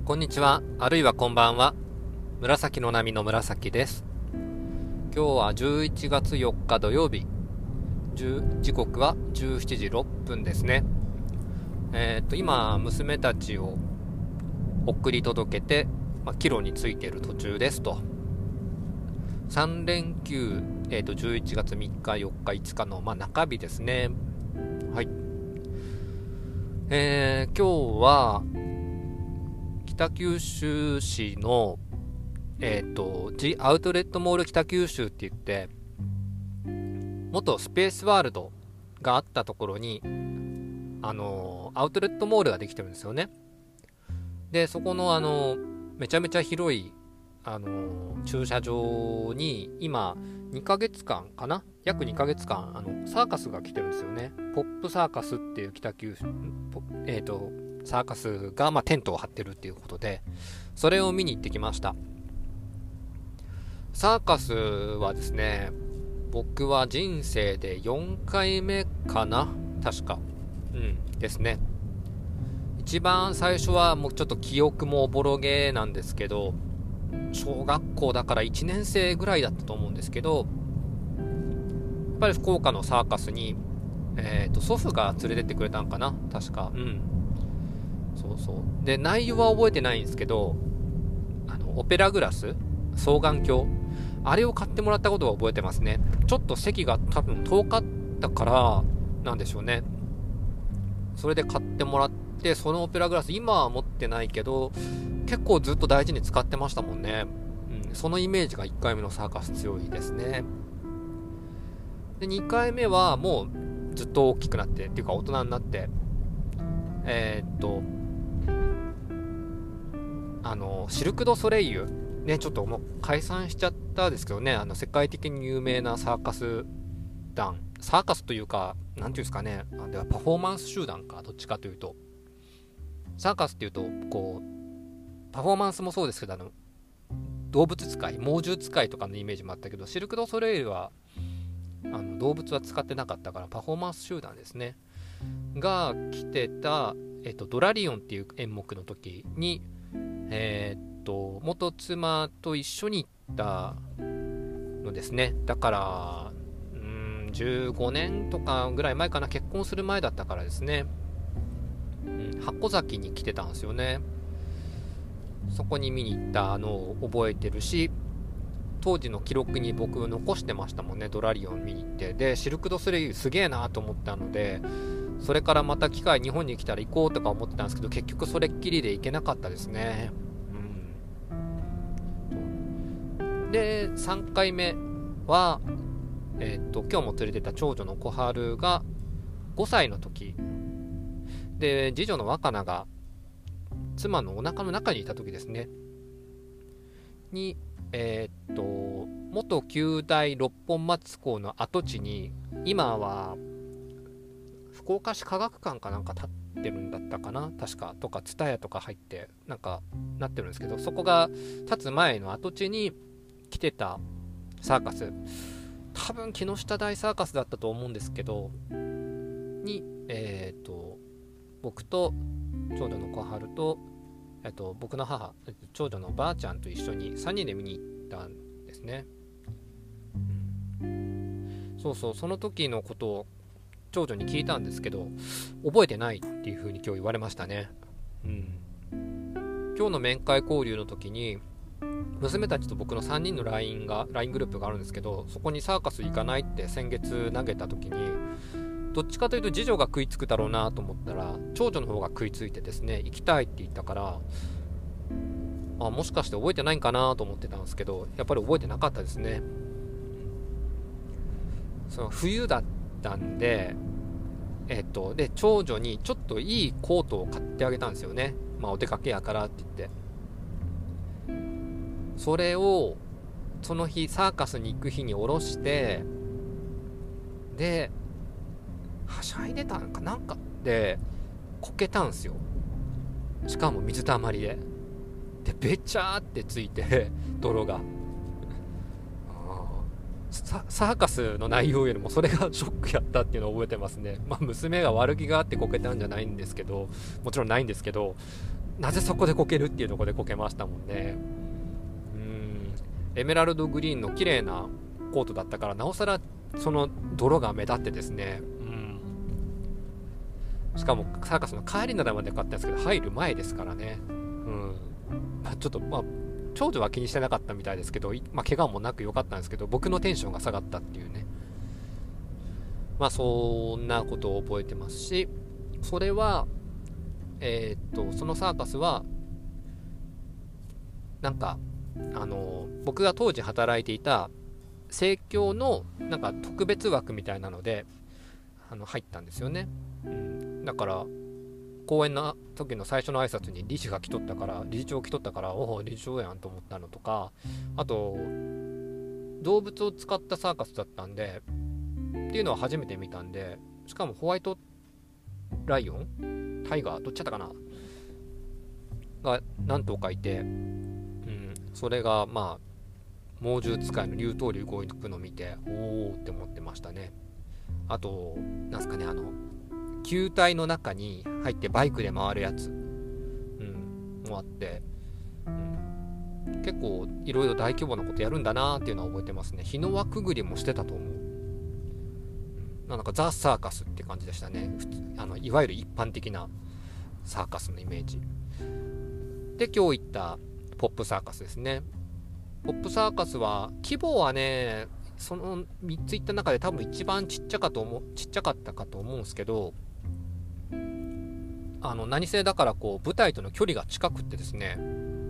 こんにちは、あるいはこんばんは。紫の波の紫です。今日は11月4日土曜日、時刻は17時6分ですね。今、娘たちを送り届けて、帰路についている途中ですと。3連休、11月3日、4日、5日の、中日ですね。はい。今日は、北九州市の、ジ・アウトレットモール北九州って言って、元スペースワールドがあったところに、アウトレットモールができてるんですよね。で、そこのめちゃめちゃ広い、駐車場に、今、2ヶ月間かな約2ヶ月間、サーカスが来てるんですよね。ポップサーカスっていう北九州、サーカスが、テントを張ってるっていうことで、それを見に行ってきました。サーカスはですね、僕は人生で4回目かな確か。ですね。一番最初はもうちょっと記憶もおぼろげなんですけど、小学校だから1年生ぐらいだったと思うんですけど、やっぱり福岡のサーカスに、祖父が連れてってくれたんかな確か。そうそう。で、内容は覚えてないんですけど、オペラグラス双眼鏡あれを買ってもらったことを覚えてますね。ちょっと席が多分遠かったからなんでしょうね。それで買ってもらって、そのオペラグラス今は持ってないけど、結構ずっと大事に使ってましたもんね。そのイメージが1回目のサーカス強いですね。で、2回目はもうずっと大きくなってっていうか大人になって、シルク・ドゥ・ソレイユね、ちょっともう解散しちゃったですけどね、世界的に有名なサーカス団、サーカスというか、なんていうんですかね、ではパフォーマンス集団か、どっちかというと、サーカスっていうと、こう、パフォーマンスもそうですけど、動物使い、猛獣使いとかのイメージもあったけど、シルク・ドゥ・ソレイユは、動物は使ってなかったから、パフォーマンス集団ですね、が来てた、ドラリオンっていう演目の時に、元妻と一緒に行ったのですね。だから15年とかぐらい前かな。結婚する前だったからですね。箱崎に来てたんですよね。そこに見に行ったのを覚えてるし、当時の記録に僕残してましたもんね。ドラリオン見に行って、でシルク・ドゥ・ソレイユすげえなと思ったので、それからまた機会日本に来たら行こうとか思ってたんですけど、結局それっきりで行けなかったですね。で、3回目は、今日も連れてた長女の小春が5歳の時で、次女の若菜が妻のお腹の中にいた時ですねに、元九大六本松校の跡地に、今は福岡市科学館かなんか建ってるんだったかな確か、とか蔦屋とか入ってなんかなってるんですけど、そこが建つ前の跡地に来てたサーカス、多分木下大サーカスだったと思うんですけどに、僕と長女の小春と、僕の母、長女のばあちゃんと一緒に3人で見に行ったんですね。そうそう、その時のことを長女に聞いたんですけど、覚えてないっていう風に今日言われましたね。今日の面会交流の時に、娘たちと僕の3人の LINE グループがあるんですけど、そこにサーカス行かないって先月投げた時に、どっちかというと次女が食いつくだろうなと思ったら、長女の方が食いついてですね、行きたいって言ったから、もしかして覚えてないんかなと思ってたんですけど、やっぱり覚えてなかったですね。その冬だったんで、で長女にちょっといいコートを買ってあげたんですよね。お出かけやからって言って、それをその日サーカスに行く日に下ろして、ではしゃいでたんかなんかでこけたんすよ。しかも水たまりでべちゃーってついて泥がサーカスの内容よりもそれがショックやったっていうのを覚えてますね。娘が悪気があってこけたんじゃないんですけど、もちろんないんですけど、 なぜそこでこけるっていうところでこけましたもんね。エメラルドグリーンの綺麗なコートだったから、なおさらその泥が目立ってですね、しかもサーカスの帰りならまで買ったんですけど、入る前ですからね。ちょっと長女は気にしてなかったみたいですけど、怪我もなく良かったんですけど、僕のテンションが下がったっていうね。そんなことを覚えてますし、それはそのサーカスはなんか僕が当時働いていた生協のなんか特別枠みたいなので入ったんですよね。だから公演の時の最初の挨拶に理事長来とったから、おお理事長やんと思ったのとか、あと動物を使ったサーカスだったんでっていうのは初めて見たんで、しかもホワイトライオンタイガーどっちだったかなが何頭かいて、それが猛獣使いの竜頭竜動くの見て、おーって思ってましたね。あとなんすかね、球体の中に入ってバイクで回るやつ、もあって、結構いろいろ大規模なことやるんだなーっていうのは覚えてますね。日の輪くぐりもしてたと思う。なんかザ・サーカスって感じでしたね。いわゆる一般的なサーカスのイメージで、今日行ったポップサーカスですね。ポップサーカスは規模はね、その3つ行った中で多分一番ちっちゃかったかと思うんですけど、何せだからこう舞台との距離が近くってですね、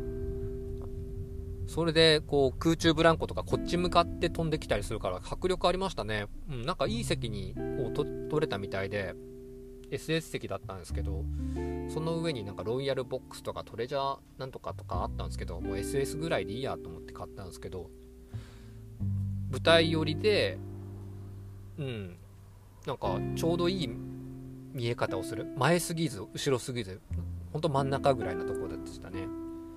それでこう空中ブランコとかこっち向かって飛んできたりするから迫力ありましたね。なんかいい席に取れたみたいで SS 席だったんですけど、その上になんかロイヤルボックスとかトレジャーなんとかとかあったんですけど、もう SS ぐらいでいいやと思って買ったんですけど、舞台寄りでなんかちょうどいい見え方をする、前すぎず後ろすぎず、ほんと真ん中ぐらいなところでしたね。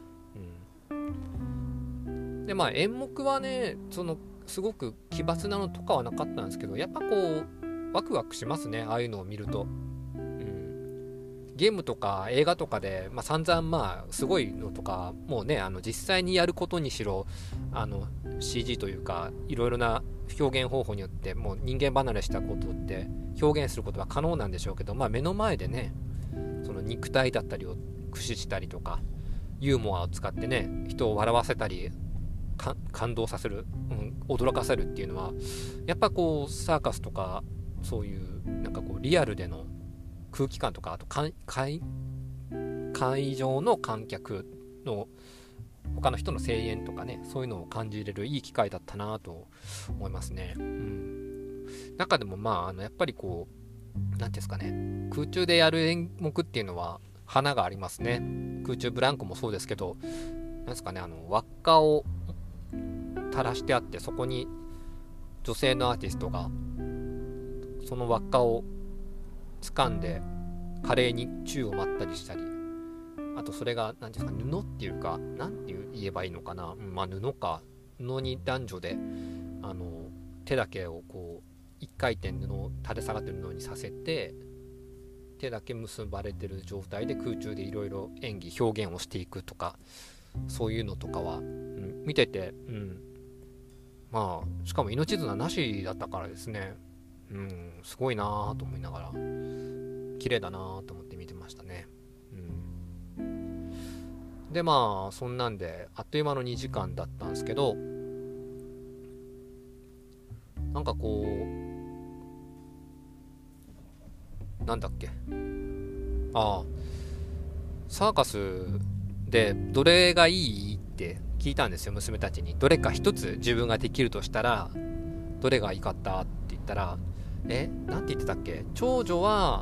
で演目はね、すごく奇抜なのとかはなかったんですけど、やっぱこうワクワクしますね、ああいうのを見ると。ゲームとか映画とかで、散々すごいのとかもうね、実際にやることにしろCG というかいろいろな表現方法によってもう人間離れしたことって表現することは可能なんでしょうけど、目の前でね、その肉体だったりを駆使したりとかユーモアを使ってね、人を笑わせたり感動させる、驚かせるっていうのはやっぱこうサーカスとかそういうなんかこうリアルでの空気感とか、あと会場の観客の他の人の声援とかね、そういうのを感じれるいい機会だったなと思いますね。中でもやっぱりこうなんていうんですかね、空中でやる演目っていうのは花がありますね。空中ブランコもそうですけど、なんですかね、輪っかを垂らしてあって、そこに女性のアーティストがその輪っかを掴んで華麗に宙を舞ったりしたり、あとそれが何ですか、布っていうか何て言えばいいのかな、布に男女で手だけをこう一回転垂れ下がってる布にさせて、手だけ結ばれてる状態で空中でいろいろ演技表現をしていくとか、そういうのとかは、見てて、しかも命綱なしだったからですね、すごいなと思いながら、綺麗だなと思って見てましたね。でそんなんであっという間の2時間だったんですけど、なんかこうなんだっけ、サーカスでどれがいいって聞いたんですよ、娘たちに。どれか一つ自分ができるとしたらどれがいいかったって言ったら、なんて言ってたっけ、長女は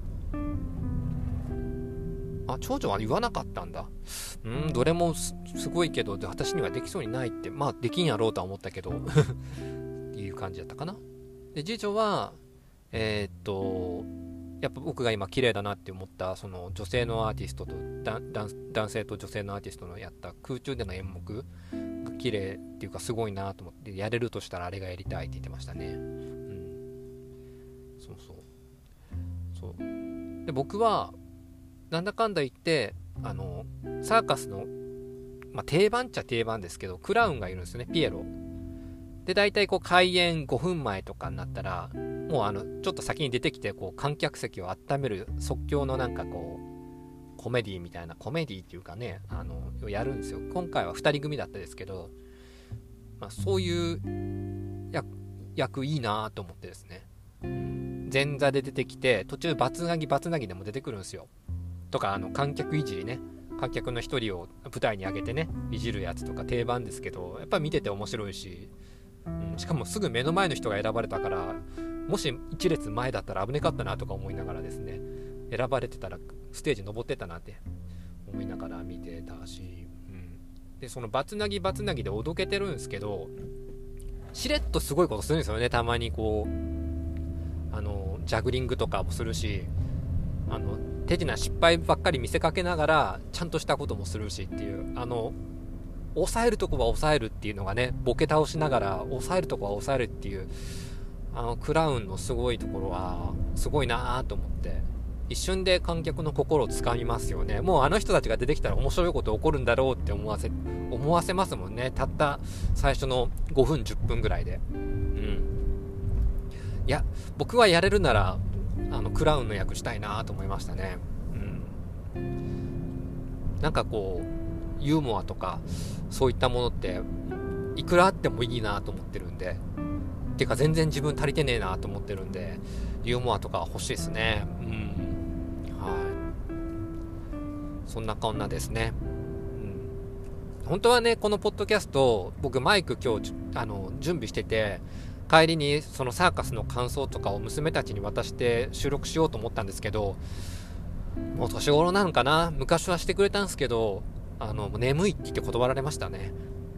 言わなかったんだ。どれもすごいけど私にはできそうにないって、できんやろうとは思ったけどっていう感じだったかな。で次女はやっぱ僕が今綺麗だなって思ったその女性のアーティストと男性と女性のアーティストのやった空中での演目が綺麗っていうかすごいなと思って、やれるとしたらあれがやりたいって言ってましたね。そうで僕はなんだかんだ言ってサーカスの、定番っちゃ定番ですけど、クラウンがいるんですよね、ピエロ。で、大体こう開演5分前とかになったら、もうちょっと先に出てきて、こう観客席を温める即興のなんかこう、コメディみたいな、コメディっていうかね、やるんですよ。今回は2人組だったですけど、そういう役いいなと思ってですね。前座で出てきて、途中バツナギでも出てくるんですよ。とか、観客いじりね。観客の一人を舞台に上げてね、いじるやつとか定番ですけど、やっぱ見てて面白いし、しかもすぐ目の前の人が選ばれたから、もし一列前だったら危なかったなとか思いながらですね、選ばれてたらステージ登ってたなって思いながら見てたし、で、そのバツナギでおどけてるんですけど、しれっとすごいことするんですよね。たまにこうジャグリングとかもするし、手品失敗ばっかり見せかけながらちゃんとしたこともするしっていう、抑えるとこは抑えるっていうのがね、ボケ倒しながら抑えるとこは抑えるっていう、クラウンのすごいところはすごいなと思って、一瞬で観客の心をつかみますよね。もうあの人たちが出てきたら面白いこと起こるんだろうって思わせますもんね。たった最初の5分10分ぐらいで。いや、僕はやれるならクラウンの役したいなと思いましたね。なんかこうユーモアとかそういったものっていくらあってもいいなと思ってるんで、てか全然自分足りてねえなと思ってるんで、ユーモアとか欲しいですね。そんなこんなですね。本当はね、このポッドキャスト僕マイク今日準備してて、帰りにそのサーカスの感想とかを娘たちに渡して収録しようと思ったんですけど、もう年頃なのかな。昔はしてくれたんですけど、もう眠いって言って断られましたね。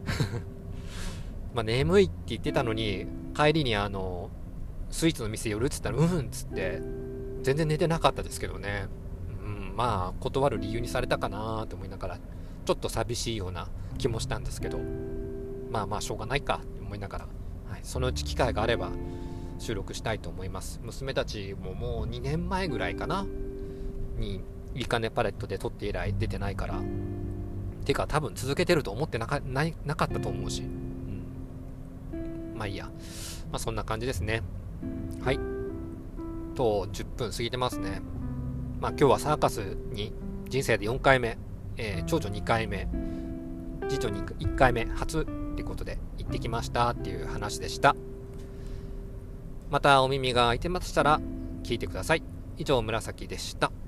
眠いって言ってたのに、帰りにスイーツの店寄るっつったらっつって全然寝てなかったですけどね。断る理由にされたかなと思いながら、ちょっと寂しいような気もしたんですけど、しょうがないかって思いながら、そのうち機会があれば収録したいと思います。娘たちももう2年前ぐらいかなにいいかねパレットで撮って以来出てないから、てか多分続けてると思ってなかったと思うし、いいや、そんな感じですね。はいと10分過ぎてますね。今日はサーカスに人生で4回目、長女2回目、次女に1回目初ってことで行ってきましたっていう話でした。またお耳が開いてましたら聞いてください。以上、紫でした。